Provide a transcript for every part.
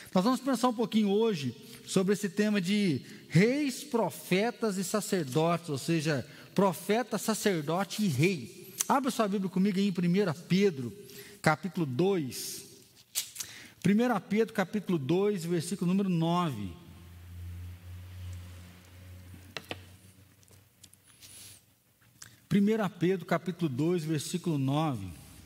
Nós vamos pensar um pouquinho hoje sobre esse tema de reis, profetas e sacerdotes, ou seja, profeta, sacerdote e rei. Abra sua Bíblia comigo aí em 1 Pedro, capítulo 2. 1 Pedro, capítulo 2, versículo número 9. Pedro, capítulo 2, versículo 9.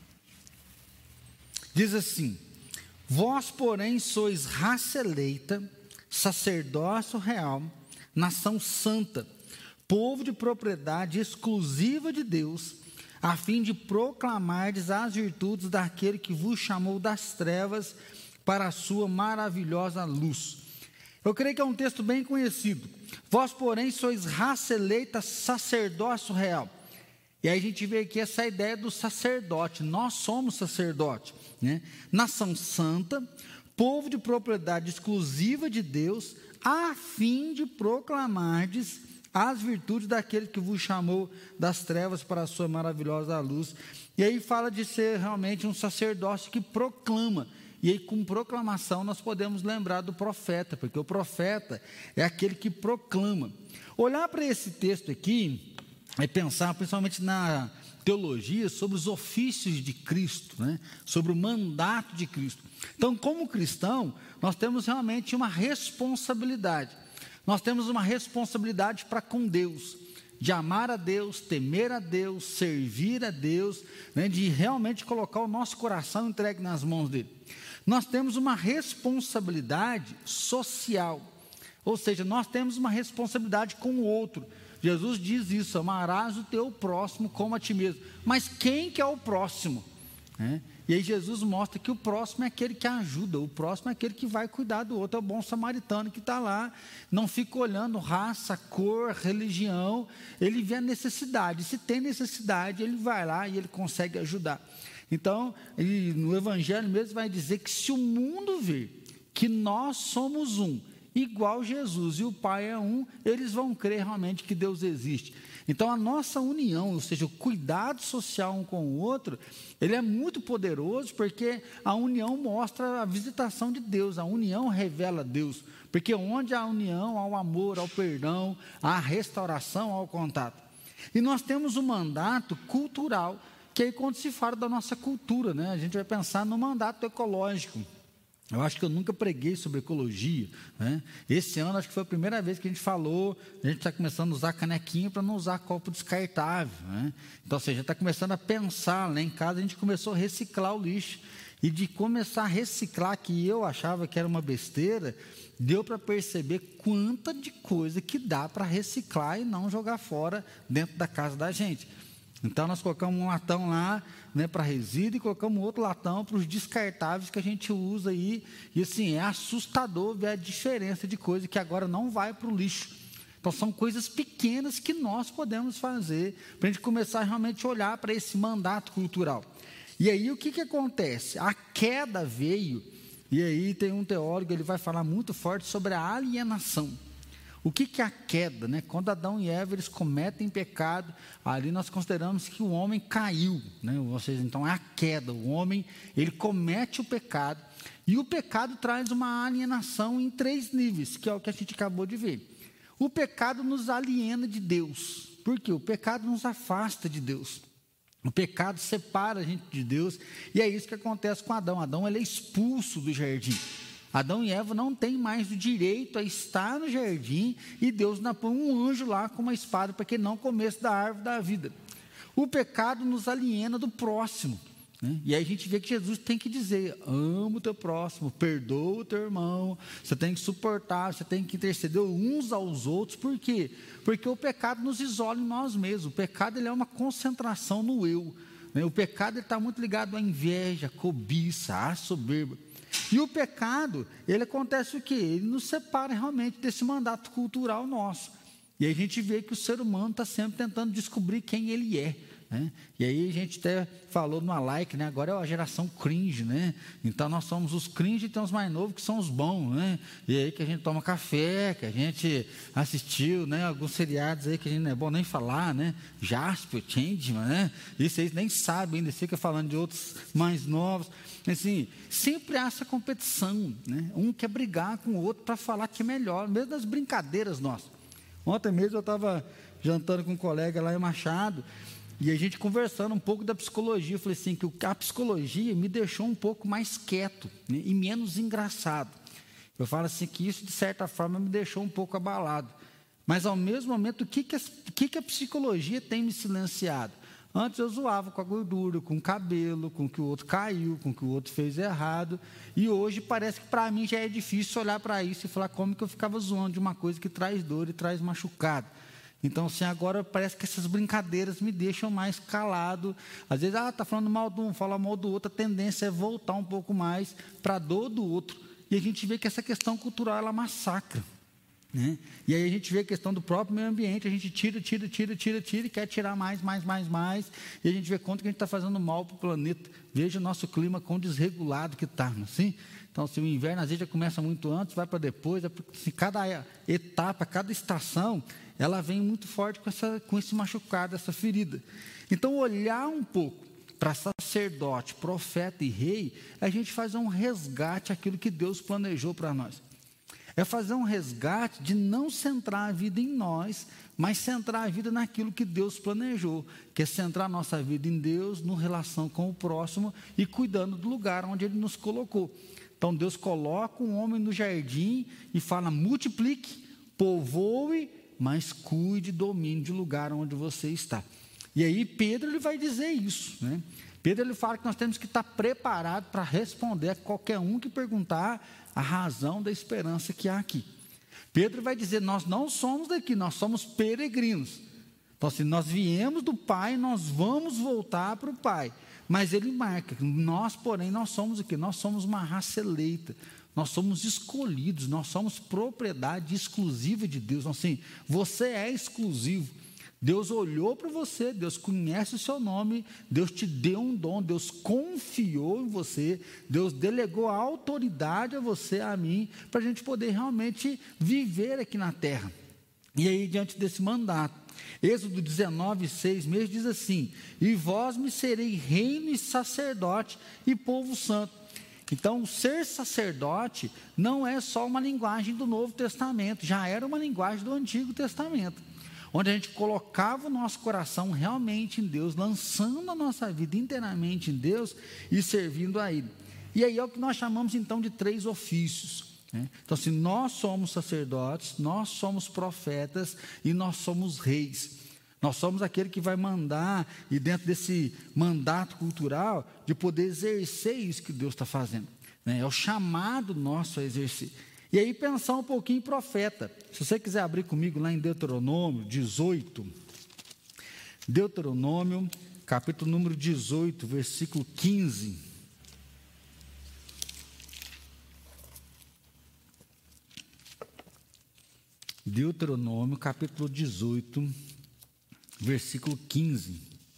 Diz assim: Vós, porém, sois raça eleita, sacerdócio real, nação santa, povo de propriedade exclusiva de Deus, a fim de proclamardes as virtudes daquele que vos chamou das trevas para a sua maravilhosa luz. Eu creio que é um texto bem conhecido. Vós, porém, sois raça eleita, sacerdócio real. E aí a gente vê aqui essa ideia do sacerdote. Nós somos sacerdote, né? Nação santa, povo de propriedade exclusiva de Deus, a fim de proclamardes as virtudes daquele que vos chamou das trevas para a sua maravilhosa luz. E aí fala de ser realmente um sacerdócio que proclama. E aí, com proclamação, nós podemos lembrar do profeta, porque o profeta é aquele que proclama. Olhar para esse texto aqui é pensar principalmente na teologia sobre os ofícios de Cristo, né? Sobre o mandato de Cristo. Então, como cristão, nós temos realmente uma responsabilidade. Nós temos uma responsabilidade para com Deus, de amar a Deus, temer a Deus, servir a Deus, né? De realmente colocar o nosso coração entregue nas mãos dele. Nós temos uma responsabilidade social, ou seja, nós temos uma responsabilidade com o outro. Jesus diz isso: amarás o teu próximo como a ti mesmo. Mas quem que é o próximo? E aí Jesus mostra que o próximo é aquele que ajuda, o próximo é aquele que vai cuidar do outro, é o bom samaritano que está lá, não fica olhando raça, cor, religião, ele vê a necessidade, se tem necessidade, ele vai lá e ele consegue ajudar. Então, no Evangelho mesmo vai dizer que se o mundo ver que nós somos um, igual Jesus e o Pai é um, eles vão crer realmente que Deus existe. Então a nossa união, ou seja, o cuidado social um com o outro, ele é muito poderoso, porque a união mostra a visitação de Deus, a união revela Deus, porque onde há união, há o amor, há o perdão, há a restauração, há o contato. E nós temos um mandato cultural, que aí quando se fala da nossa cultura, né, a gente vai pensar no mandato ecológico. Eu acho que eu nunca preguei sobre ecologia, né? Esse ano acho que foi a primeira vez que a gente falou, a gente está começando a usar canequinha para não usar copo descartável, né? Então, ou seja, a gente está começando a pensar, lá em casa a gente começou a reciclar o lixo, e de começar a reciclar, que eu achava que era uma besteira, deu para perceber quanta de coisa que dá para reciclar e não jogar fora dentro da casa da gente. Então, nós colocamos um latão lá, né, para resíduo, e colocamos outro latão para os descartáveis que a gente usa aí. E assim, é assustador ver a diferença de coisa que agora não vai para o lixo. Então, são coisas pequenas que nós podemos fazer para a gente começar a realmente olhar para esse mandato cultural. E aí, o que acontece? A queda veio, e aí tem um teólogo, ele vai falar muito forte sobre a alienação. O que é a queda, né? Quando Adão e Eva eles cometem pecado, ali nós consideramos que o homem caiu, né? Ou seja, então é a queda, o homem ele comete o pecado, e o pecado traz uma alienação em 3 níveis, que é o que a gente acabou de ver. O pecado nos aliena de Deus, porque o pecado nos afasta de Deus. O pecado separa a gente de Deus, e é isso que acontece com Adão. Adão ele é expulso do jardim. Adão e Eva não têm mais o direito a estar no jardim, e Deus põe um anjo lá com uma espada para que ele não comesse da árvore da vida. O pecado nos aliena do próximo, né? E aí a gente vê que Jesus tem que dizer: ama o teu próximo, perdoa o teu irmão, você tem que suportar, você tem que interceder uns aos outros. Por quê? Porque o pecado nos isola em nós mesmos. O pecado ele é uma concentração no eu, né? O pecado está muito ligado à inveja, à cobiça, à soberba. E o pecado, ele acontece o quê? Ele nos separa realmente desse mandato cultural nosso. E aí a gente vê que o ser humano está sempre tentando descobrir quem ele é, né? E aí a gente até falou numa like, né? Agora é a geração cringe, né? Então nós somos os cringe e tem os mais novos que são os bons, né? E aí que a gente toma café, que a gente assistiu, né? Alguns seriados aí que a gente não é bom nem falar, né? Jasper, Changeman, né? Isso aí nem sabe ainda, fica falando de outros mais novos. Assim, sempre há essa competição, né? Um quer brigar com o outro para falar que é melhor, mesmo nas brincadeiras nossas. Ontem mesmo eu estava jantando com um colega lá em Machado, e a gente conversando um pouco da psicologia. Eu falei assim, que a psicologia me deixou um pouco mais quieto, né, e menos engraçado. Eu falo assim, que isso de certa forma me deixou um pouco abalado. Mas ao mesmo momento, o que a psicologia tem me silenciado? Antes eu zoava com a gordura, com o cabelo, com o que o outro caiu, com o que o outro fez errado. E hoje parece que para mim já é difícil olhar para isso e falar como que eu ficava zoando de uma coisa que traz dor e traz machucado. Então, assim, agora parece que essas brincadeiras me deixam mais calado. Às vezes, está falando mal de um, fala mal do outro, a tendência é voltar um pouco mais para a dor do outro. E a gente vê que essa questão cultural, ela massacra, né? E aí a gente vê a questão do próprio meio ambiente, a gente tira, e quer tirar mais. E a gente vê quanto que a gente está fazendo mal para o planeta. Veja o nosso clima quão desregulado que está, não é assim? Então, se o inverno às vezes já começa muito antes, vai para depois, assim, cada etapa, cada estação, ela vem muito forte com esse machucado, essa ferida. Então, olhar um pouco para sacerdote, profeta e rei, a gente faz um resgate àquilo que Deus planejou para nós. É fazer um resgate de não centrar a vida em nós, mas centrar a vida naquilo que Deus planejou, que é centrar a nossa vida em Deus, no relação com o próximo e cuidando do lugar onde Ele nos colocou. Então, Deus coloca um homem no jardim e fala, multiplique, povoe, mas cuide, domine de lugar onde você está. E aí Pedro ele vai dizer isso, né? Pedro ele fala que nós temos que estar preparados para responder a qualquer um que perguntar a razão da esperança que há aqui. Pedro vai dizer, nós não somos daqui, nós somos peregrinos. Então, se nós viemos do Pai, nós vamos voltar para o Pai. Mas ele marca, nós, porém, nós somos o quê? Nós somos uma raça eleita, nós somos escolhidos, nós somos propriedade exclusiva de Deus. Então, assim, você é exclusivo. Deus olhou para você, Deus conhece o seu nome, Deus te deu um dom, Deus confiou em você, Deus delegou a autoridade a você, a mim, para a gente poder realmente viver aqui na terra. E aí, diante desse mandato, Êxodo 19, 6 mesmo diz assim, e vós me serei reino e sacerdote e povo santo. Então, ser sacerdote não é só uma linguagem do Novo Testamento, já era uma linguagem do Antigo Testamento, onde a gente colocava o nosso coração realmente em Deus, lançando a nossa vida inteiramente em Deus e servindo a Ele. E aí é o que nós chamamos então de 3 ofícios, né? Então, assim, nós somos sacerdotes, nós somos profetas e nós somos reis. Nós somos aquele que vai mandar, e dentro desse mandato cultural, de poder exercer isso que Deus está fazendo, né? É o chamado nosso a exercer. E aí pensar um pouquinho em profeta. Se você quiser abrir comigo lá em Deuteronômio 18, Deuteronômio, capítulo número 18, versículo 15. Deuteronômio, capítulo 18, versículo 15.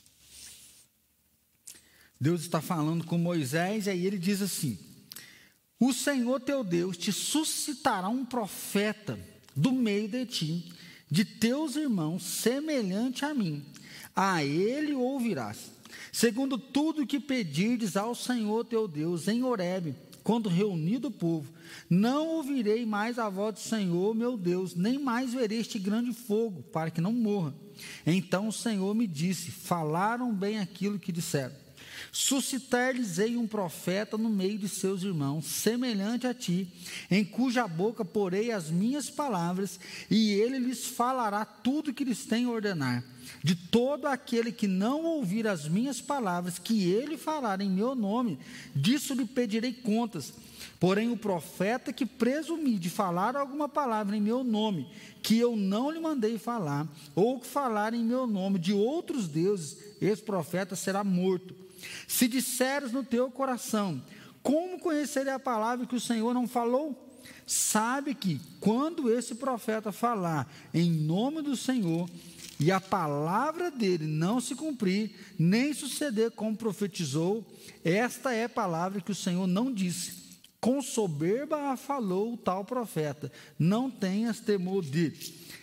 Deus está falando com Moisés, e aí ele diz assim, o Senhor teu Deus te suscitará um profeta do meio de ti, de teus irmãos, semelhante a mim. A ele ouvirás, segundo tudo que pedirdes ao Senhor teu Deus em Horebe, quando reunido o povo. Não ouvirei mais a voz do Senhor meu Deus, nem mais verei este grande fogo, para que não morra. Então o Senhor me disse, falaram bem aquilo que disseram. Suscitar-lhes-ei um profeta no meio de seus irmãos, semelhante a ti, em cuja boca porei as minhas palavras, e ele lhes falará tudo que lhes tenho a ordenar. De todo aquele que não ouvir as minhas palavras, que ele falar em meu nome, disso lhe pedirei contas. Porém, o profeta que presumir de falar alguma palavra em meu nome, que eu não lhe mandei falar, ou que falar em meu nome de outros deuses, esse profeta será morto. Se disseres no teu coração, como conhecerei a palavra que o Senhor não falou? Sabe que, quando esse profeta falar em nome do Senhor, e a palavra dele não se cumprir, nem suceder como profetizou, esta é a palavra que o Senhor não disse. Com soberba falou o tal profeta, não tenhas temor dele.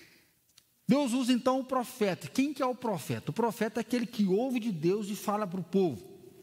Deus usa então o profeta. Quem que é o profeta? O profeta é aquele que ouve de Deus e fala para o povo.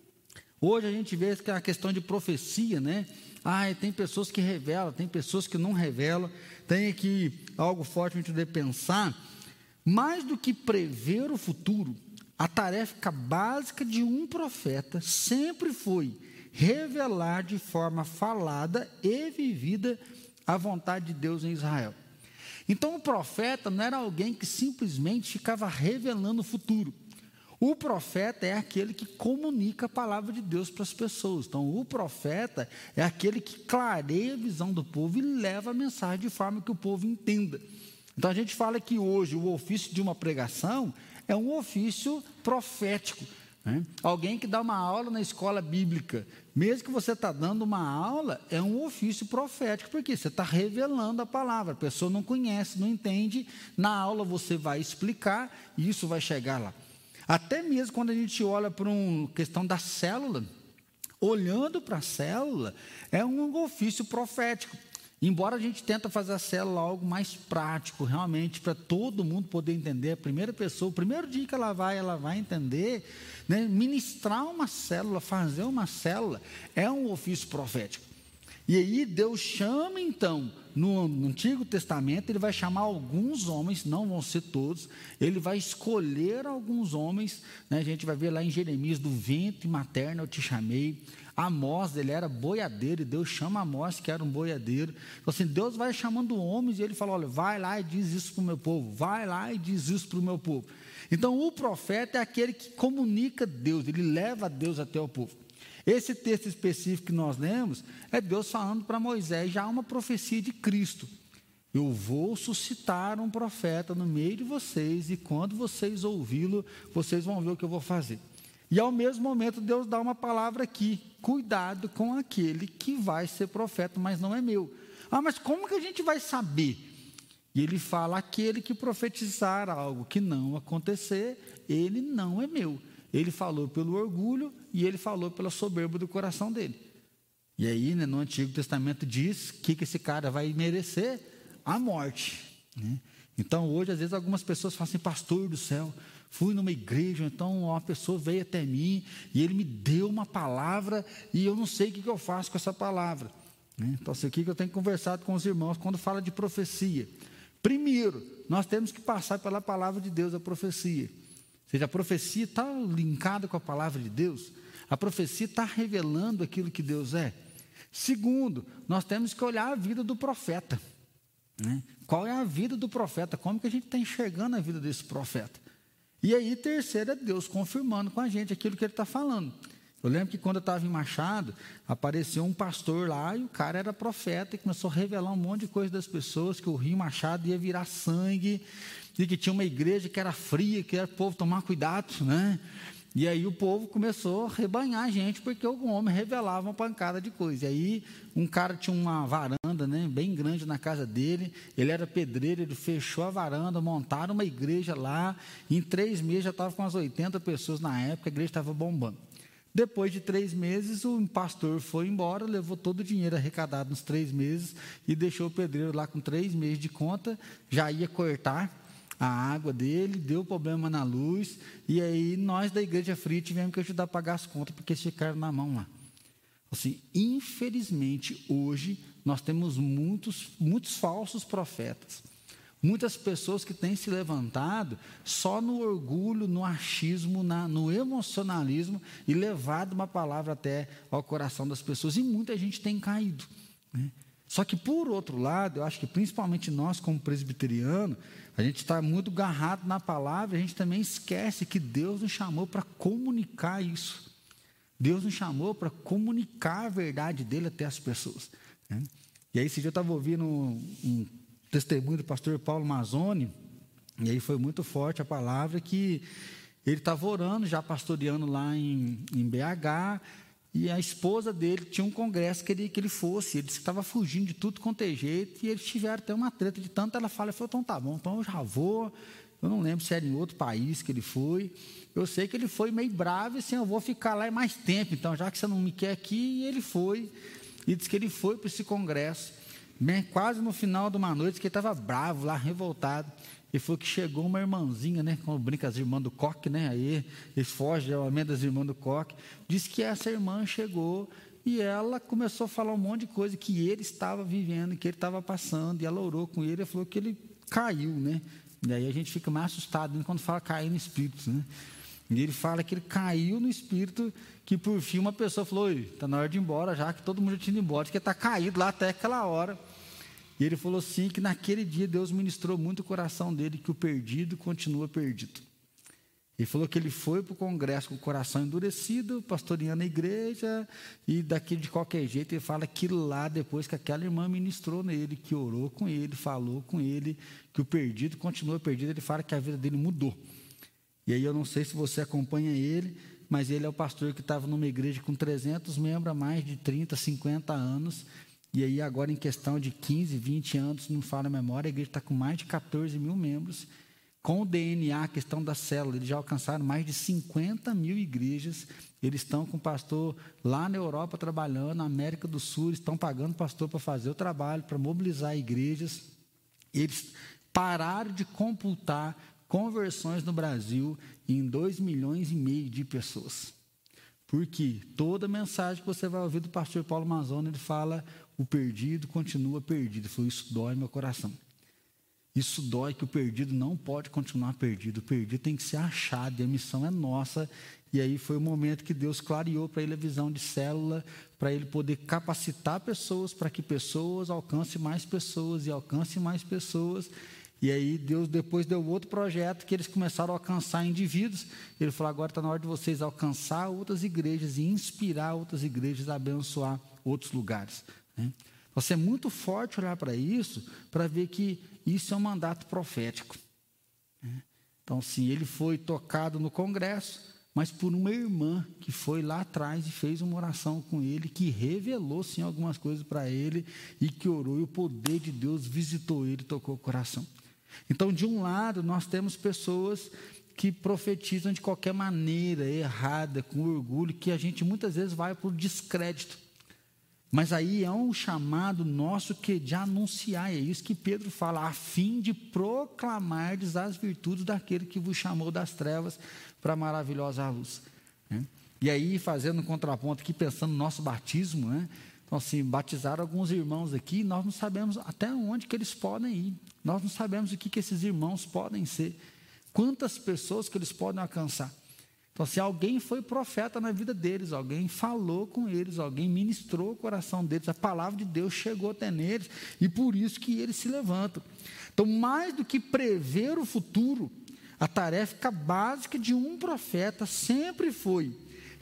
Hoje a gente vê que é a questão de profecia, né? Tem pessoas que revelam, tem pessoas que não revelam. Tem aqui algo forte para a gente poder pensar. Mais do que prever o futuro, a tarefa básica de um profeta sempre foi revelar de forma falada e vivida a vontade de Deus em Israel. Então o profeta não era alguém que simplesmente ficava revelando o futuro. O profeta é aquele que comunica a palavra de Deus para as pessoas. Então o profeta é aquele que clareia a visão do povo e leva a mensagem de forma que o povo entenda. Então a gente fala que hoje o ofício de uma pregação é um ofício profético. Alguém que dá uma aula na escola bíblica, mesmo que você está dando uma aula, é um ofício profético, porque você está revelando a palavra, a pessoa não conhece, não entende, na aula você vai explicar e isso vai chegar lá. Até mesmo quando a gente olha para uma questão da célula, olhando para a célula, é um ofício profético. Embora a gente tente fazer a célula algo mais prático, realmente, para todo mundo poder entender, a primeira pessoa, o primeiro dia que ela vai entender, né, ministrar uma célula, fazer uma célula, é um ofício profético. E aí Deus chama então, no Antigo Testamento, ele vai chamar alguns homens, não vão ser todos, ele vai escolher alguns homens, né, a gente vai ver lá em Jeremias, do ventre materno eu te chamei. Amós, ele era boiadeiro, e Deus chama Amós, que era um boiadeiro. Então assim, Deus vai chamando homens, e ele fala, olha, vai lá e diz isso para o meu povo, vai lá e diz isso para o meu povo. Então o profeta é aquele que comunica Deus, ele leva Deus até o povo. Esse texto específico que nós lemos, é Deus falando para Moisés, já há uma profecia de Cristo. Eu vou suscitar um profeta no meio de vocês, e quando vocês ouvi-lo, vocês vão ver o que eu vou fazer. E ao mesmo momento Deus dá uma palavra aqui, cuidado com aquele que vai ser profeta, mas não é meu. Mas como que a gente vai saber? E ele fala, aquele que profetizar algo que não acontecer, ele não é meu. Ele falou pelo orgulho e ele falou pela soberba do coração dele. E aí, né, no Antigo Testamento diz que esse cara vai merecer a morte, né? Então hoje às vezes algumas pessoas falam assim, pastor do céu, fui numa igreja, então uma pessoa veio até mim e ele me deu uma palavra e eu não sei o que eu faço com essa palavra, né? Então isso aqui que eu tenho conversado com os irmãos quando fala de profecia. Primeiro, nós temos que passar pela palavra de Deus, a profecia. Ou seja, a profecia está linkada com a palavra de Deus, a profecia está revelando aquilo que Deus é. Segundo, nós temos que olhar a vida do profeta, né? Qual é a vida do profeta? Como que a gente está enxergando a vida desse profeta? E aí, terceiro, é Deus confirmando com a gente aquilo que ele está falando. Eu lembro que quando eu estava em Machado, apareceu um pastor lá e o cara era profeta e começou a revelar um monte de coisa das pessoas, que o Rio Machado ia virar sangue, e que tinha uma igreja que era fria, que era o povo tomar cuidado, né? E aí o povo começou a rebanhar a gente, porque o homem revelava uma pancada de coisa. E aí um cara tinha uma varanda, né, bem grande na casa dele, ele era pedreiro, ele fechou a varanda, montaram uma igreja lá, e em 3 meses já estava com umas 80 pessoas na época, a igreja estava bombando. Depois de 3 meses, o pastor foi embora, levou todo o dinheiro arrecadado nos 3 meses, e deixou o pedreiro lá com 3 meses de conta, já ia cortar a água dele, deu problema na luz, e aí nós da Igreja Fria tivemos que ajudar a pagar as contas, porque eles ficaram na mão lá. Assim, infelizmente, hoje, nós temos muitos falsos profetas, muitas pessoas que têm se levantado só no orgulho, no achismo, no emocionalismo, e levado uma palavra até ao coração das pessoas, e muita gente tem caído, né? Só que, por outro lado, eu acho que principalmente nós, como presbiteriano, a gente está muito agarrado na palavra, a gente também esquece que Deus nos chamou para comunicar isso. Deus nos chamou para comunicar a verdade dele até as pessoas, né? E aí, esse dia eu estava ouvindo um testemunho do pastor Paulo Mazzoni, e aí foi muito forte a palavra, que ele estava orando, já pastoreando lá em BH, e a esposa dele tinha um congresso que ele fosse, ele disse que estava fugindo de tudo quanto é jeito, e eles tiveram até uma treta de tanto, ela falou, então tá bom, então eu já vou, Eu não lembro se era em outro país que ele foi. Eu sei que ele foi meio bravo e assim, eu vou ficar lá mais tempo, então já que você não me quer aqui, e ele foi. E disse que ele foi para esse congresso, bem, quase no final de uma noite, que ele estava bravo lá, revoltado. E foi que chegou uma irmãzinha, né, como brinca as irmãs do coque, né, aí eles fogem geralmente das irmãs do coque. Disse que essa irmã chegou e ela começou a falar um monte de coisa que ele estava vivendo, que ele estava passando, e ela orou com ele e falou que ele caiu, né. E aí a gente fica mais assustado né, quando fala cair no espírito, né. E ele fala que ele caiu no espírito, que por fim uma pessoa falou, está na hora de ir embora, já que todo mundo já tinha ido embora, que está caído lá até aquela hora. E ele falou assim, que naquele dia Deus ministrou muito o coração dele, que o perdido continua perdido. Ele falou que ele foi para o congresso com o coração endurecido, pastoreando a igreja, e daqui de qualquer jeito, ele fala que lá, depois que aquela irmã ministrou nele, que orou com ele, falou com ele, que o perdido continua perdido, ele fala que a vida dele mudou. E aí eu não sei se você acompanha ele, mas ele é o pastor que estava numa igreja com 300 membros há mais de 30, 50 anos, e aí agora em questão de 15, 20 anos, não fala a memória, a igreja está com mais de 14 mil membros, com o DNA, a questão da célula, eles já alcançaram mais de 50 mil igrejas, eles estão com o pastor lá na Europa trabalhando, na América do Sul, estão pagando pastor para fazer o trabalho, para mobilizar igrejas, eles pararam de computar conversões no Brasil em 2,5 milhões de pessoas. Porque toda mensagem que você vai ouvir do pastor Paulo Mazzoni, ele fala, o perdido continua perdido. Ele falou, isso dói meu coração. Isso dói que o perdido não pode continuar perdido. O perdido tem que ser achado e a missão é nossa. E aí foi o momento que Deus clareou para ele a visão de célula, para ele poder capacitar pessoas, para que pessoas alcancem mais pessoas e alcancem mais pessoas. E aí Deus depois deu outro projeto que eles começaram a alcançar indivíduos. Ele falou, agora está na hora de vocês alcançar outras igrejas e inspirar outras igrejas a abençoar outros lugares. Né? Então, é muito forte olhar para isso, para ver que isso é um mandato profético. Né? Então, sim, ele foi tocado no congresso, mas por uma irmã que foi lá atrás e fez uma oração com ele, que revelou, sim, algumas coisas para ele, e que orou, e o poder de Deus visitou ele e tocou o coração. Então, de um lado, nós temos pessoas que profetizam de qualquer maneira, errada, com orgulho, que a gente muitas vezes vai por descrédito. Mas aí é um chamado nosso que de anunciar, é isso que Pedro fala, a fim de proclamardes as virtudes daquele que vos chamou das trevas para a maravilhosa luz. Né? E aí, fazendo um contraponto aqui, pensando no nosso batismo, né? Então, assim, batizaram alguns irmãos aqui, nós não sabemos até onde que eles podem ir, nós não sabemos o que esses irmãos podem ser, quantas pessoas que eles podem alcançar. Então, se alguém foi profeta na vida deles, alguém falou com eles, alguém ministrou o coração deles, a palavra de Deus chegou até neles, e por isso que eles se levantam. Então, mais do que prever o futuro, a tarefa básica de um profeta sempre foi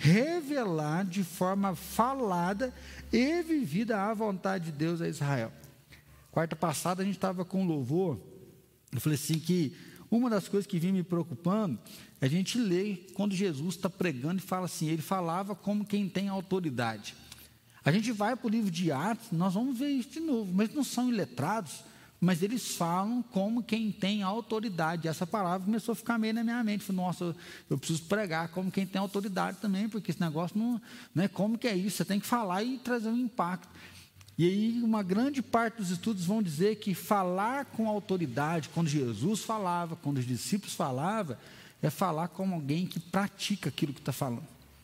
revelar de forma falada e vivida a vontade de Deus a Israel. Quarta passada a gente estava com louvor, eu falei assim que uma das coisas que vinha me preocupando, a gente lê quando Jesus está pregando e fala assim, ele falava como quem tem autoridade. A gente vai para o livro de Atos, nós vamos ver isso de novo, mas não são iletrados, mas eles falam como quem tem autoridade. Essa palavra começou a ficar meio na minha mente. Falei, nossa, eu preciso pregar como quem tem autoridade também, porque esse negócio não é como que é isso, você tem que falar e trazer um impacto. E aí uma grande parte dos estudos vão dizer que falar com autoridade, quando Jesus falava, quando os discípulos falavam, é falar como alguém que pratica aquilo que está falando.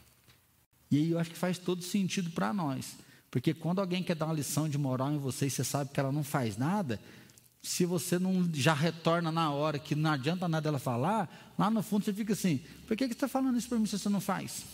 E aí eu acho que faz todo sentido para nós, porque quando alguém quer dar uma lição de moral em você e você sabe que ela não faz nada, se você não já retorna na hora, que não adianta nada ela falar, lá no fundo você fica assim, por que você está falando isso para mim se você não faz?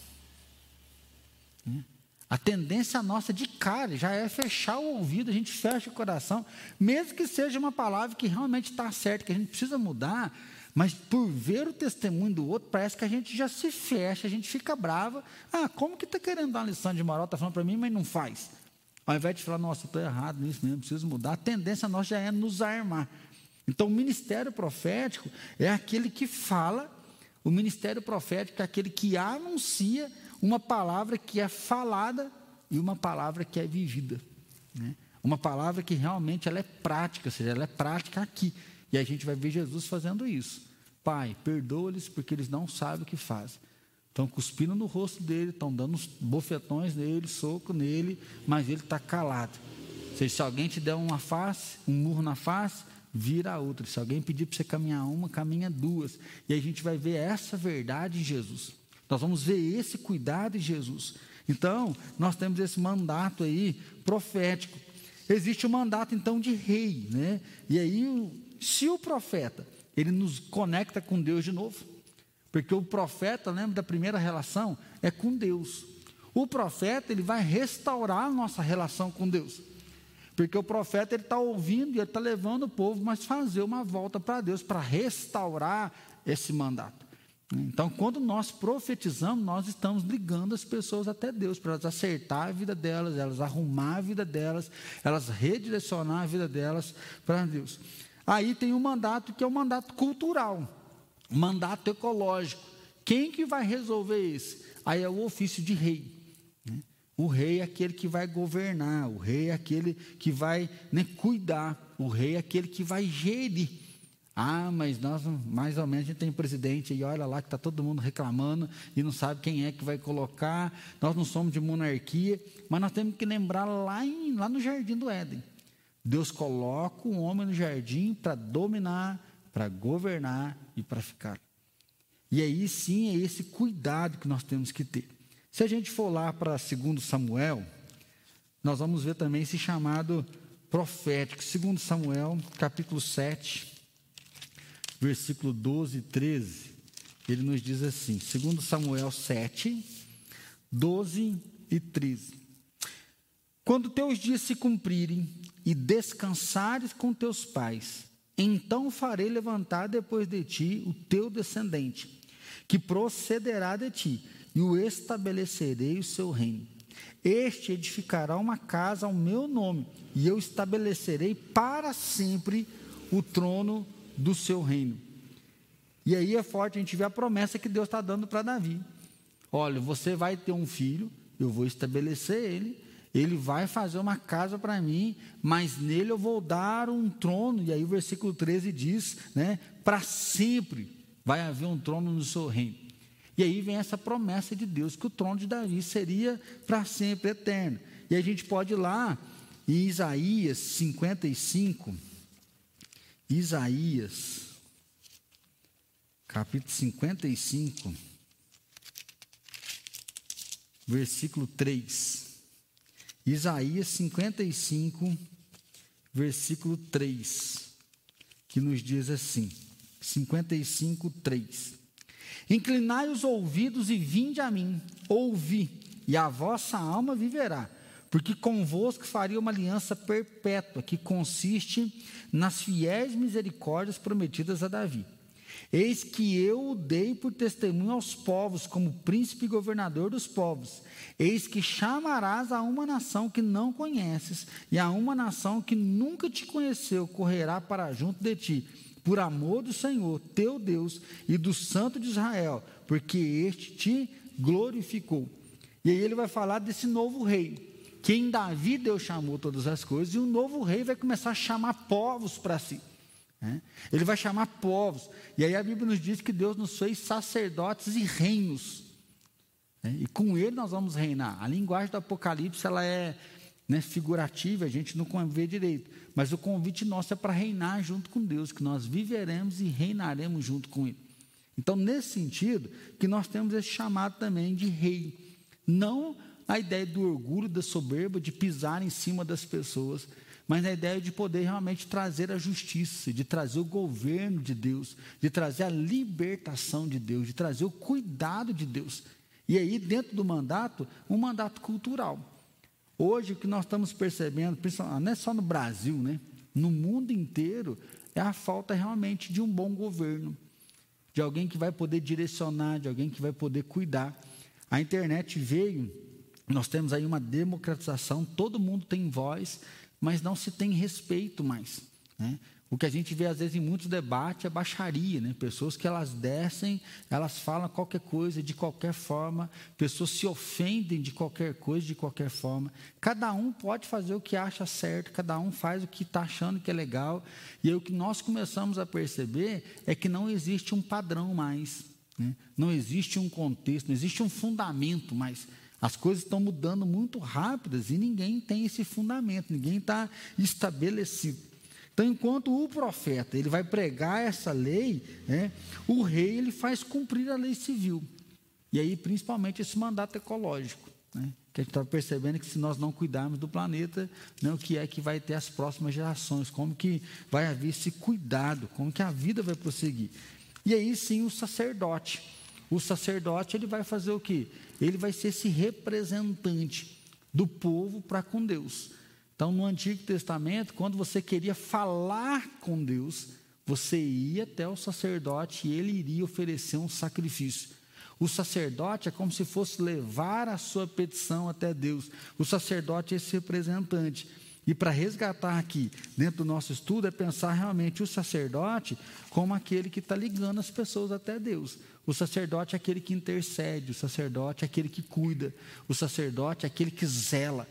A tendência nossa de cara já é fechar o ouvido, a gente fecha o coração, mesmo que seja uma palavra que realmente está certa, que a gente precisa mudar, mas por ver o testemunho do outro, parece que a gente já se fecha, a gente fica brava. Como que está querendo dar uma lição de moral, está falando para mim, mas não faz? Ao invés de falar, nossa, eu estou errado nisso mesmo, preciso mudar, a tendência nossa já é nos armar. Então, o ministério profético é aquele que fala, o ministério profético é aquele que anuncia uma palavra que é falada e uma palavra que é vivida. Né? Uma palavra que realmente ela é prática, ou seja, ela é prática aqui. E a gente vai ver Jesus fazendo isso. Pai, perdoa-lhes porque eles não sabem o que fazem. Estão cuspindo no rosto dele, estão dando uns bofetões nele, soco nele, mas ele está calado. Se alguém te der uma face, um murro na face, vira a outra. Se alguém pedir para você caminhar uma, caminha duas. E aí a gente vai ver essa verdade em Jesus. Nós vamos ver esse cuidado em Jesus. Então, nós temos esse mandato aí profético. Existe o mandato, então, de rei, né? E aí, se o profeta, ele nos conecta com Deus de novo, porque o profeta, lembra da primeira relação? É com Deus. O profeta, ele vai restaurar a nossa relação com Deus. Porque o profeta, ele está ouvindo e ele está levando o povo, mas fazer uma volta para Deus, para restaurar esse mandato. Então, quando nós profetizamos, nós estamos ligando as pessoas até Deus, para elas acertar a vida delas, elas arrumar a vida delas, elas redirecionar a vida delas para Deus. Aí tem um mandato que é o mandato cultural, mandato ecológico. Quem que vai resolver esse? Aí é o ofício de rei. O rei é aquele que vai governar, o rei é aquele que vai cuidar, o rei é aquele que vai gerir. Ah, mas nós, mais ou menos, a gente tem um presidente e olha lá que está todo mundo reclamando e não sabe quem é que vai colocar. Nós não somos de monarquia, mas nós temos que lembrar lá no Jardim do Éden. Deus coloca o homem no jardim para dominar, para governar e para ficar. E aí sim é esse cuidado que nós temos que ter. Se a gente for lá para 2 Samuel, nós vamos ver também esse chamado profético. 2 Samuel, capítulo 7, versículo 12 e 13, ele nos diz assim, 2 Samuel 7, 12 e 13. Quando teus dias se cumprirem e descansares com teus pais, então farei levantar depois de ti o teu descendente, que procederá de ti, e o estabelecerei o seu reino. Este edificará uma casa ao meu nome, e eu estabelecerei para sempre o trono do seu reino. E aí é forte a gente ver a promessa que Deus está dando para Davi. Olha, você vai ter um filho, eu vou estabelecer ele vai fazer uma casa para mim, mas nele eu vou dar um trono. E aí o versículo 13 diz, para sempre vai haver um trono no seu reino. E aí vem essa promessa de Deus, que o trono de Davi seria para sempre eterno. E a gente pode ir lá em Isaías 55, Isaías, capítulo 55, versículo 3. Isaías 55, versículo 3, que nos diz assim, 55, 3. Inclinai os ouvidos e vinde a mim, ouvi, e a vossa alma viverá, porque convosco faria uma aliança perpétua, que consiste nas fiéis misericórdias prometidas a Davi. Eis que eu o dei por testemunho aos povos, como príncipe e governador dos povos. Eis que chamarás a uma nação que não conheces, e a uma nação que nunca te conheceu, correrá para junto de ti, por amor do Senhor, teu Deus, e do Santo de Israel, porque este te glorificou. E aí ele vai falar desse novo rei, que em Davi Deus chamou todas as coisas, e o novo rei vai começar a chamar povos para si. Ele vai chamar povos, e aí a Bíblia nos diz que Deus nos fez sacerdotes e reinos, e com ele nós vamos reinar. A linguagem do Apocalipse, ela é figurativa, a gente não vê direito, mas o convite nosso é para reinar junto com Deus, que nós viveremos e reinaremos junto com ele. Então, nesse sentido, que nós temos esse chamado também de rei, não a ideia do orgulho, da soberba, de pisar em cima das pessoas, mas a ideia de poder realmente trazer a justiça, de trazer o governo de Deus, de trazer a libertação de Deus, de trazer o cuidado de Deus. E aí, dentro do mandato, um mandato cultural. Hoje, o que nós estamos percebendo, não é só no Brasil, no mundo inteiro, é a falta realmente de um bom governo, de alguém que vai poder direcionar, de alguém que vai poder cuidar. A internet veio, nós temos aí uma democratização, todo mundo tem voz, mas não se tem respeito mais. O que a gente vê, às vezes, em muitos debates é baixaria, né? Pessoas que elas descem, elas falam qualquer coisa, de qualquer forma, pessoas se ofendem de qualquer coisa, de qualquer forma. Cada um pode fazer o que acha certo, cada um faz o que está achando que é legal. E aí o que nós começamos a perceber é que não existe um padrão mais, né? Não existe um contexto, não existe um fundamento mais. As coisas estão mudando muito rápidas e ninguém tem esse fundamento, ninguém está estabelecido. Então, enquanto o profeta ele vai pregar essa lei, né, o rei ele faz cumprir a lei civil. E aí, principalmente, esse mandato ecológico, né, que a gente está percebendo que se nós não cuidarmos do planeta, né, o que é que vai ter as próximas gerações, como que vai haver esse cuidado, como que a vida vai prosseguir. E aí sim o sacerdote. O sacerdote ele vai fazer o quê? Ele vai ser esse representante do povo para com Deus. Então, no Antigo Testamento, quando você queria falar com Deus, você ia até o sacerdote e ele iria oferecer um sacrifício. O sacerdote é como se fosse levar a sua petição até Deus. O sacerdote é esse representante. E para resgatar aqui, dentro do nosso estudo, é pensar realmente o sacerdote como aquele que está ligando as pessoas até Deus. O sacerdote é aquele que intercede, o sacerdote é aquele que cuida, o sacerdote é aquele que zela.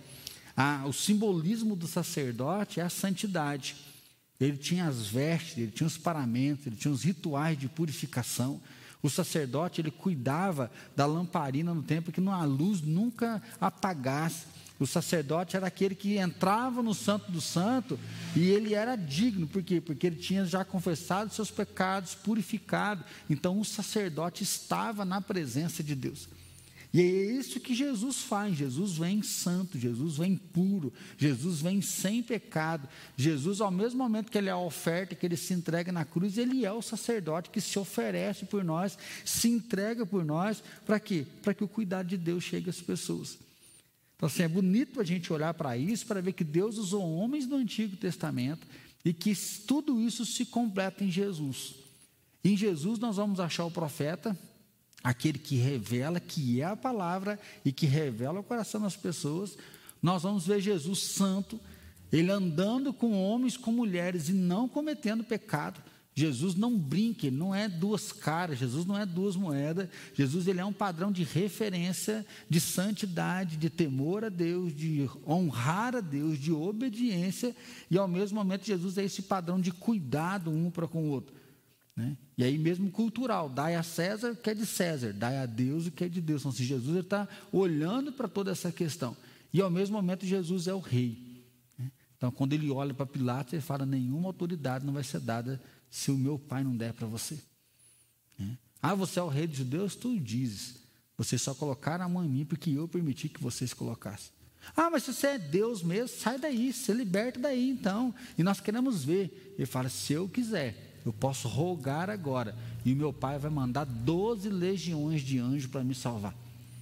O simbolismo do sacerdote é a santidade. Ele tinha as vestes, ele tinha os paramentos, ele tinha os rituais de purificação. O sacerdote, ele cuidava da lamparina no templo, que a luz nunca apagasse. O sacerdote era aquele que entrava no Santo do Santo e ele era digno. Por quê? Porque ele tinha já confessado seus pecados, purificado. Então, o sacerdote estava na presença de Deus. E é isso que Jesus faz. Jesus vem santo, Jesus vem puro, Jesus vem sem pecado. Jesus, ao mesmo momento que ele é a oferta, que ele se entrega na cruz, ele é o sacerdote que se oferece por nós, se entrega por nós, para quê? Para que o cuidado de Deus chegue às pessoas. Então, assim, é bonito a gente olhar para isso, para ver que Deus usou homens do Antigo Testamento e que tudo isso se completa em Jesus. Em Jesus nós vamos achar o profeta, aquele que revela, que é a palavra e que revela o coração das pessoas. Nós vamos ver Jesus santo, ele andando com homens, com mulheres e não cometendo pecado. Jesus não brinca, ele não é duas caras, Jesus não é duas moedas. Jesus ele é um padrão de referência, de santidade, de temor a Deus, de honrar a Deus, de obediência, e ao mesmo momento Jesus é esse padrão de cuidado um para com o outro, né? E aí mesmo cultural, dai a César o que é de César, dai a Deus o que é de Deus. Então, se Jesus está olhando para toda essa questão, e ao mesmo momento Jesus é o rei, né? Então, quando ele olha para Pilatos, ele fala, nenhuma autoridade não vai ser dada se o meu pai não der para você, né? Você é o rei dos judeus? Tu dizes, vocês só colocaram a mão em mim porque eu permiti que vocês colocassem. Mas se você é Deus mesmo, sai daí, se liberta daí então, e nós queremos ver. Ele fala, se eu quiser, eu posso rogar agora, e o meu pai vai mandar 12 legiões de anjos para me salvar,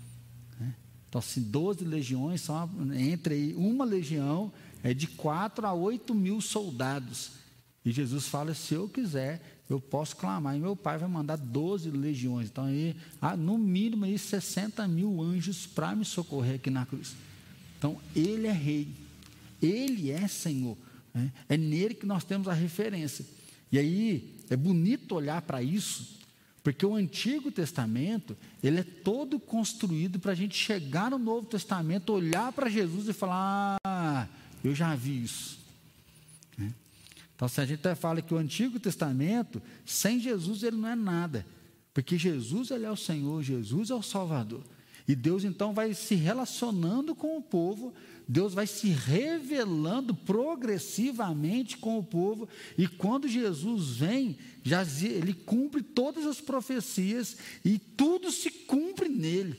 né? Então, assim, 12 legiões são, entre uma legião é de 4 a 8 mil soldados, e Jesus fala, se eu quiser, eu posso clamar, e meu pai vai mandar 12 legiões, então aí, no mínimo aí 60 mil anjos para me socorrer aqui na cruz. Então, ele é rei, ele é Senhor, né? É nele que nós temos a referência. E aí, é bonito olhar para isso, porque o Antigo Testamento, ele é todo construído para a gente chegar no Novo Testamento, olhar para Jesus e falar, eu já vi isso, né? Então, se a gente até fala que o Antigo Testamento, sem Jesus, ele não é nada, porque Jesus, ele é o Senhor, Jesus é o Salvador. E Deus, então, vai se relacionando com o povo, Deus vai se revelando progressivamente com o povo, e quando Jesus vem, ele cumpre todas as profecias, e tudo se cumpre nele.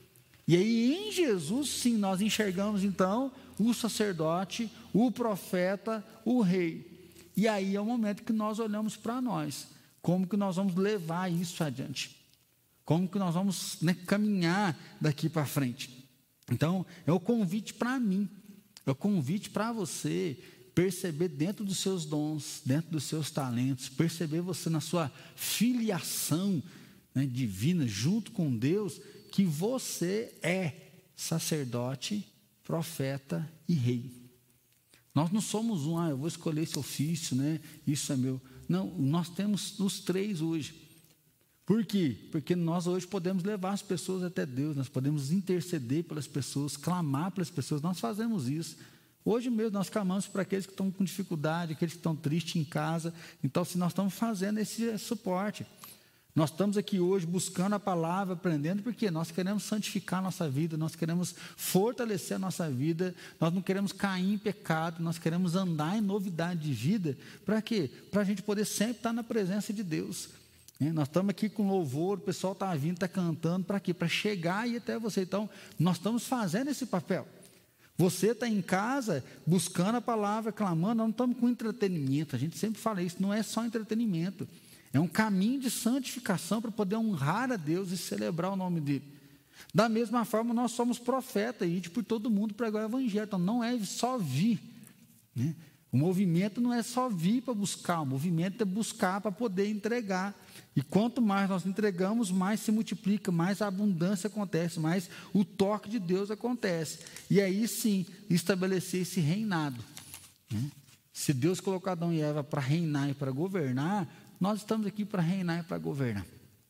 E aí, em Jesus, sim, nós enxergamos, então, o sacerdote, o profeta, o rei. E aí é o momento que nós olhamos para nós, como que nós vamos levar isso adiante. Como que nós vamos, né, caminhar daqui para frente. Então, é o convite para mim, é o convite para você perceber dentro dos seus dons, dentro dos seus talentos, perceber você na sua filiação, né, divina, junto com Deus, que você é sacerdote, profeta e rei. Nós não somos eu vou escolher esse ofício, né? Isso é meu. Não, nós temos os três hoje. Por quê? Porque nós hoje podemos levar as pessoas até Deus, nós podemos interceder pelas pessoas, clamar pelas pessoas, nós fazemos isso. Hoje mesmo nós clamamos para aqueles que estão com dificuldade, aqueles que estão tristes em casa. Então, se nós estamos fazendo esse suporte, nós estamos aqui hoje buscando a palavra, aprendendo, porque nós queremos santificar a nossa vida, nós queremos fortalecer a nossa vida, nós não queremos cair em pecado, nós queremos andar em novidade de vida. Para quê? Para a gente poder sempre estar na presença de Deus. Nós estamos aqui com louvor, o pessoal está vindo, está cantando, para quê? Para chegar e até você. Então, nós estamos fazendo esse papel. Você está em casa buscando a palavra, clamando, nós não estamos com entretenimento, a gente sempre fala isso, não é só entretenimento. É um caminho de santificação para poder honrar a Deus e celebrar o nome dEle. Da mesma forma, nós somos profetas e por todo mundo pregar o evangelho. Então, não é só vir. Né? O movimento não é só vir para buscar, o movimento é buscar para poder entregar. E quanto mais nós entregamos, mais se multiplica, mais a abundância acontece, mais o toque de Deus acontece. E aí sim, estabelecer esse reinado. Né? Se Deus colocou Adão e Eva para reinar e para governar, nós estamos aqui para reinar e para governar.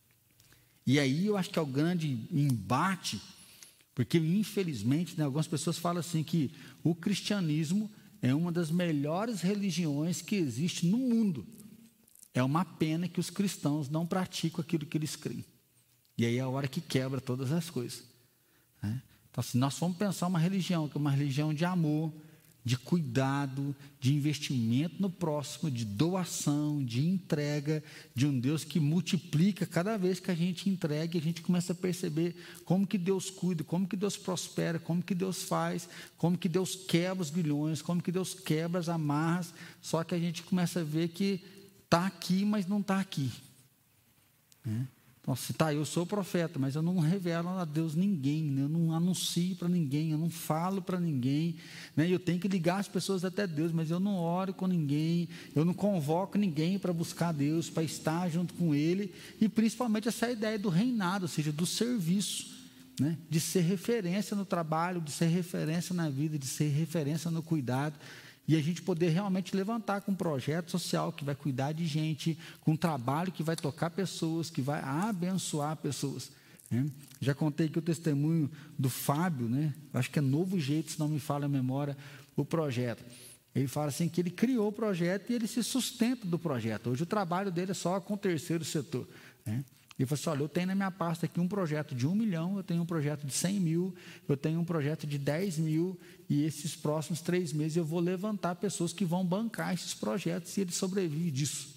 E aí eu acho que é o grande embate, porque infelizmente, né, algumas pessoas falam assim que o cristianismo é uma das melhores religiões que existe no mundo. É uma pena que os cristãos não praticam aquilo que eles creem. E aí é a hora que quebra todas as coisas. Né? Então, se nós formos pensar uma religião, que é uma religião de amor, de cuidado, de investimento no próximo, de doação, de entrega, de um Deus que multiplica cada vez que a gente entrega, e a gente começa a perceber como que Deus cuida, como que Deus prospera, como que Deus faz, como que Deus quebra os grilhões, como que Deus quebra as amarras, só que a gente começa a ver que está aqui, mas não está aqui. Né? Então, se eu sou profeta, mas eu não revelo a Deus ninguém, né? Eu não anuncio para ninguém, eu não falo para ninguém, né? Eu tenho que ligar as pessoas até Deus, mas eu não oro com ninguém, eu não convoco ninguém para buscar Deus, para estar junto com Ele, e principalmente essa ideia do reinado, ou seja, do serviço, né? De ser referência no trabalho, de ser referência na vida, de ser referência no cuidado. E a gente poder realmente levantar com um projeto social que vai cuidar de gente, com um trabalho que vai tocar pessoas, que vai abençoar pessoas. Né? Já contei aqui o testemunho do Fábio, né? Acho que é Novo Jeito, se não me falha a memória, o projeto. Ele fala assim que ele criou o projeto e ele se sustenta do projeto. Hoje o trabalho dele é só com o terceiro setor. Né? Ele falou assim, olha, eu tenho na minha pasta aqui um projeto de 1 milhão, eu tenho um projeto de 100 mil, eu tenho um projeto de 10 mil, e esses próximos 3 meses eu vou levantar pessoas que vão bancar esses projetos, e ele sobrevive disso.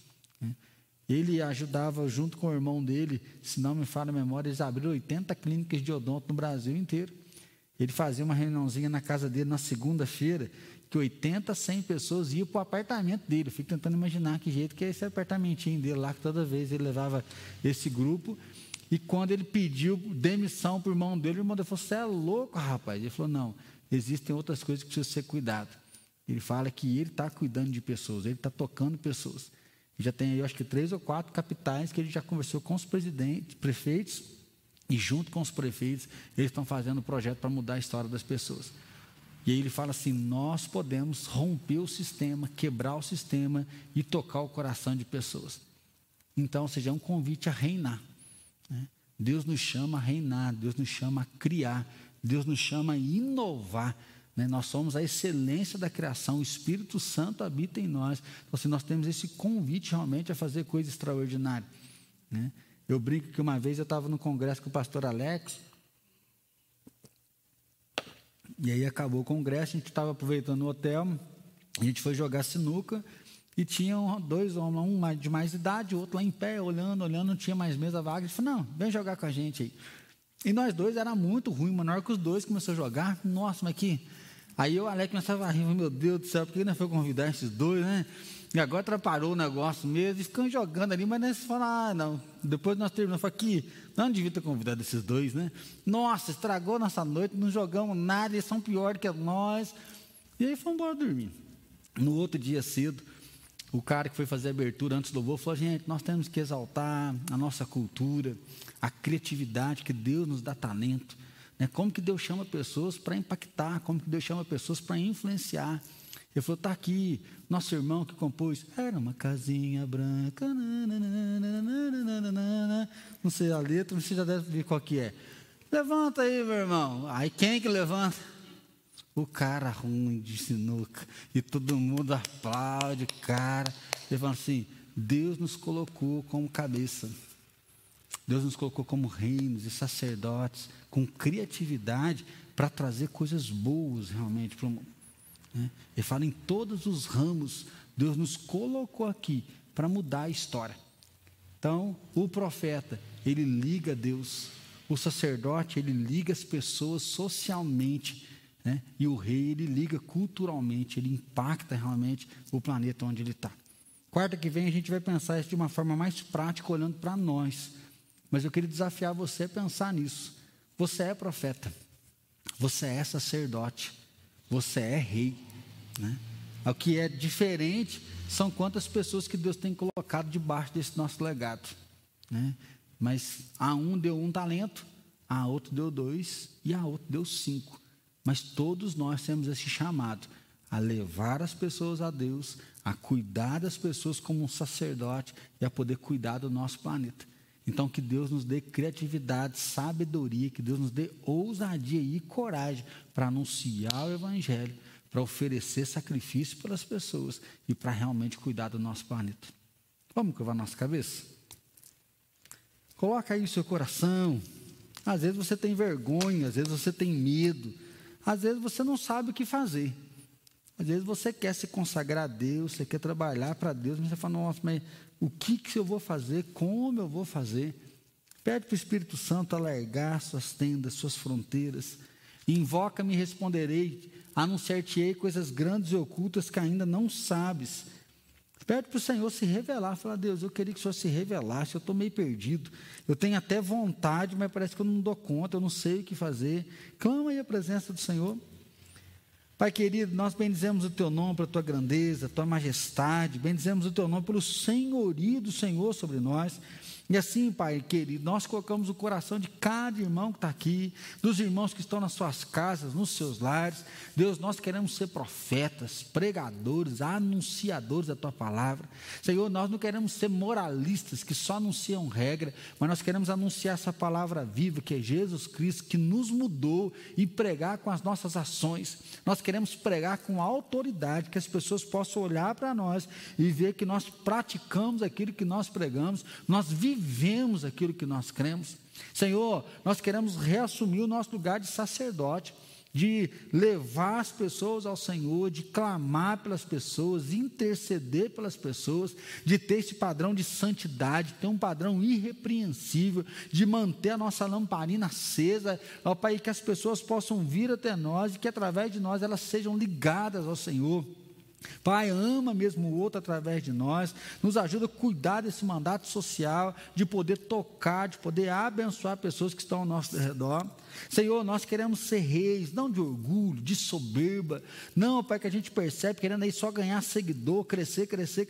Ele ajudava, junto com o irmão dele, se não me falha a memória, eles abriram 80 clínicas de odonto no Brasil inteiro. Ele fazia uma reuniãozinha na casa dele na segunda-feira, que 80, 100 pessoas iam para o apartamento dele. Eu fico tentando imaginar que jeito que é esse apartamentinho dele lá, que toda vez ele levava esse grupo. E quando ele pediu demissão para o irmão dele, o irmão dele falou, você é louco, rapaz? Ele falou, não, existem outras coisas que precisam ser cuidadas. Ele fala que ele está cuidando de pessoas, ele está tocando pessoas. E já tem aí, acho que 3 ou 4 capitais que ele já conversou com os prefeitos, e junto com os prefeitos, eles estão fazendo um projeto para mudar a história das pessoas. E aí ele fala assim, nós podemos romper o sistema, quebrar o sistema e tocar o coração de pessoas. Então, ou seja, é um convite a reinar. Né? Deus nos chama a reinar, Deus nos chama a criar, Deus nos chama a inovar. Né? Nós somos a excelência da criação, o Espírito Santo habita em nós. Então, assim, nós temos esse convite realmente a fazer coisa extraordinária. Né? Eu brinco que uma vez eu estava no congresso com o pastor Alex, e aí acabou o congresso, a gente estava aproveitando o hotel, a gente foi jogar sinuca, e tinham 2 homens, um de mais idade, o outro lá em pé, olhando, não tinha mais mesa vaga. Ele falou, não, vem jogar com a gente aí. E nós dois, era muito ruim, mas na hora que os dois começaram a jogar, nossa, mas que... Aí o Alex começava a rir, meu Deus do céu, por que não foi convidar esses dois, né? E agora atrapalhou o negócio mesmo, e ficam jogando ali, mas nós falamos, não. Depois nós terminamos, falamos, aqui, não devia ter convidado esses dois, né? Nossa, estragou nossa noite, não jogamos nada, eles são piores que nós. E aí fomos embora dormir. No outro dia cedo, o cara que foi fazer a abertura antes do louvor falou, gente, nós temos que exaltar a nossa cultura, a criatividade, que Deus nos dá talento. Né? Como que Deus chama pessoas para impactar, como que Deus chama pessoas para influenciar. Ele falou, está aqui, nosso irmão que compôs, era uma casinha branca, não sei a letra, você já deve ver qual que é. Levanta aí, meu irmão. Aí quem que levanta? O cara ruim de sinuca. E todo mundo aplaude o cara. Ele fala assim, Deus nos colocou como cabeça. Deus nos colocou como reinos e sacerdotes, com criatividade, para trazer coisas boas realmente para o mundo. Ele fala em todos os ramos, Deus nos colocou aqui para mudar a história. Então, o profeta, ele liga a Deus, o sacerdote, ele liga as pessoas socialmente, e o rei, ele liga culturalmente, ele impacta realmente o planeta onde ele está. Quarta que vem a gente vai pensar isso de uma forma mais prática, olhando para nós, mas eu queria desafiar você a pensar nisso. Você é profeta, você é sacerdote, você é rei. O que é diferente são quantas pessoas que Deus tem colocado debaixo desse nosso legado. Mas a um deu 1 talento, a outro deu 2 e a outro deu 5. Mas todos nós temos esse chamado a levar as pessoas a Deus, a cuidar das pessoas como um sacerdote e a poder cuidar do nosso planeta. Então, que Deus nos dê criatividade, sabedoria, que Deus nos dê ousadia e coragem para anunciar o Evangelho, para oferecer sacrifício pelas pessoas e para realmente cuidar do nosso planeta. Vamos curvar nossa cabeça? Coloca aí o seu coração. Às vezes você tem vergonha, às vezes você tem medo, às vezes você não sabe o que fazer. Às vezes você quer se consagrar a Deus, você quer trabalhar para Deus, mas você fala, nossa, mas o que eu vou fazer? Como eu vou fazer? Pede para o Espírito Santo alargar suas tendas, suas fronteiras. Invoca-me e responderei, anunciar-te-ei coisas grandes e ocultas que ainda não sabes. Pede para o Senhor se revelar. Fala, Deus, eu queria que o Senhor se revelasse, eu estou meio perdido. Eu tenho até vontade, mas parece que eu não dou conta, eu não sei o que fazer. Clama aí a presença do Senhor. Pai querido, nós bendizemos o Teu nome pela Tua grandeza, Tua majestade, bendizemos o Teu nome pelo senhorio do Senhor sobre nós. E assim, Pai querido, nós colocamos o coração de cada irmão que está aqui, dos irmãos que estão nas suas casas, nos seus lares. Deus, nós queremos ser profetas, pregadores, anunciadores da Tua palavra. Senhor, nós não queremos ser moralistas que só anunciam regra, mas nós queremos anunciar essa palavra viva, que é Jesus Cristo, que nos mudou, e pregar com as nossas ações. Nós queremos pregar com autoridade, que as pessoas possam olhar para nós e ver que nós praticamos aquilo que nós pregamos, nós vivemos aquilo que nós cremos. Senhor, nós queremos reassumir o nosso lugar de sacerdote, de levar as pessoas ao Senhor, de clamar pelas pessoas, interceder pelas pessoas, de ter esse padrão de santidade, ter um padrão irrepreensível, de manter a nossa lamparina acesa, ó Pai, que as pessoas possam vir até nós e que através de nós elas sejam ligadas ao Senhor. Pai, ama mesmo o outro através de nós, nos ajuda a cuidar desse mandato social, de poder tocar, de poder abençoar pessoas que estão ao nosso redor. Senhor, nós queremos ser reis, não de orgulho, de soberba, não, Pai, que a gente percebe, querendo aí só ganhar seguidor, crescer.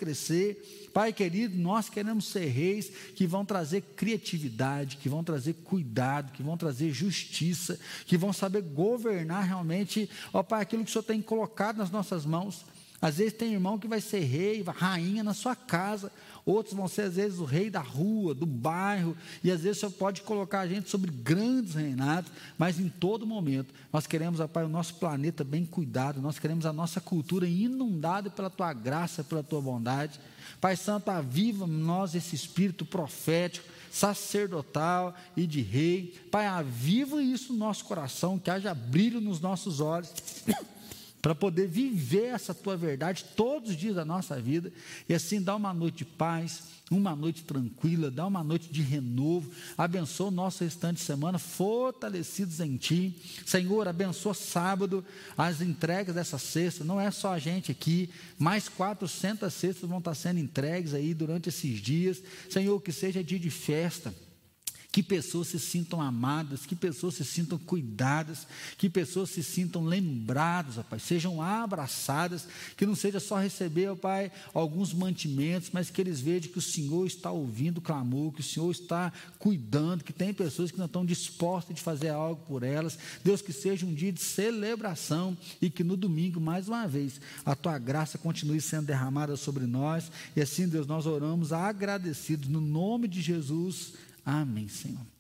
Pai querido, nós queremos ser reis que vão trazer criatividade, que vão trazer cuidado, que vão trazer justiça, que vão saber governar realmente, ó Pai, aquilo que o Senhor tem colocado nas nossas mãos. Às vezes tem irmão que vai ser rei, rainha na sua casa, outros vão ser às vezes o rei da rua, do bairro, e às vezes o Senhor pode colocar a gente sobre grandes reinados, mas em todo momento nós queremos, ó Pai, o nosso planeta bem cuidado, nós queremos a nossa cultura inundada pela Tua graça, pela Tua bondade. Pai Santo, aviva em nós esse espírito profético, sacerdotal e de rei. Pai, aviva isso no nosso coração, que haja brilho nos nossos olhos, para poder viver essa Tua verdade todos os dias da nossa vida, e assim dá uma noite de paz, uma noite tranquila, dá uma noite de renovo. Abençoa o nosso restante de semana, fortalecidos em Ti. Senhor, abençoa sábado, as entregas dessa sexta, não é só a gente aqui, mais 400 cestas vão estar sendo entregues aí durante esses dias. Senhor, que seja dia de festa, Que pessoas se sintam amadas, que pessoas se sintam cuidadas, que pessoas se sintam lembradas, ó Pai, sejam abraçadas, que não seja só receber, ó Pai, alguns mantimentos, mas que eles vejam que o Senhor está ouvindo o clamor, que o Senhor está cuidando, que tem pessoas que não estão dispostas de fazer algo por elas. Deus, que seja um dia de celebração e que no domingo, mais uma vez, a Tua graça continue sendo derramada sobre nós. E assim, Deus, nós oramos agradecidos no nome de Jesus. Amém, Senhor.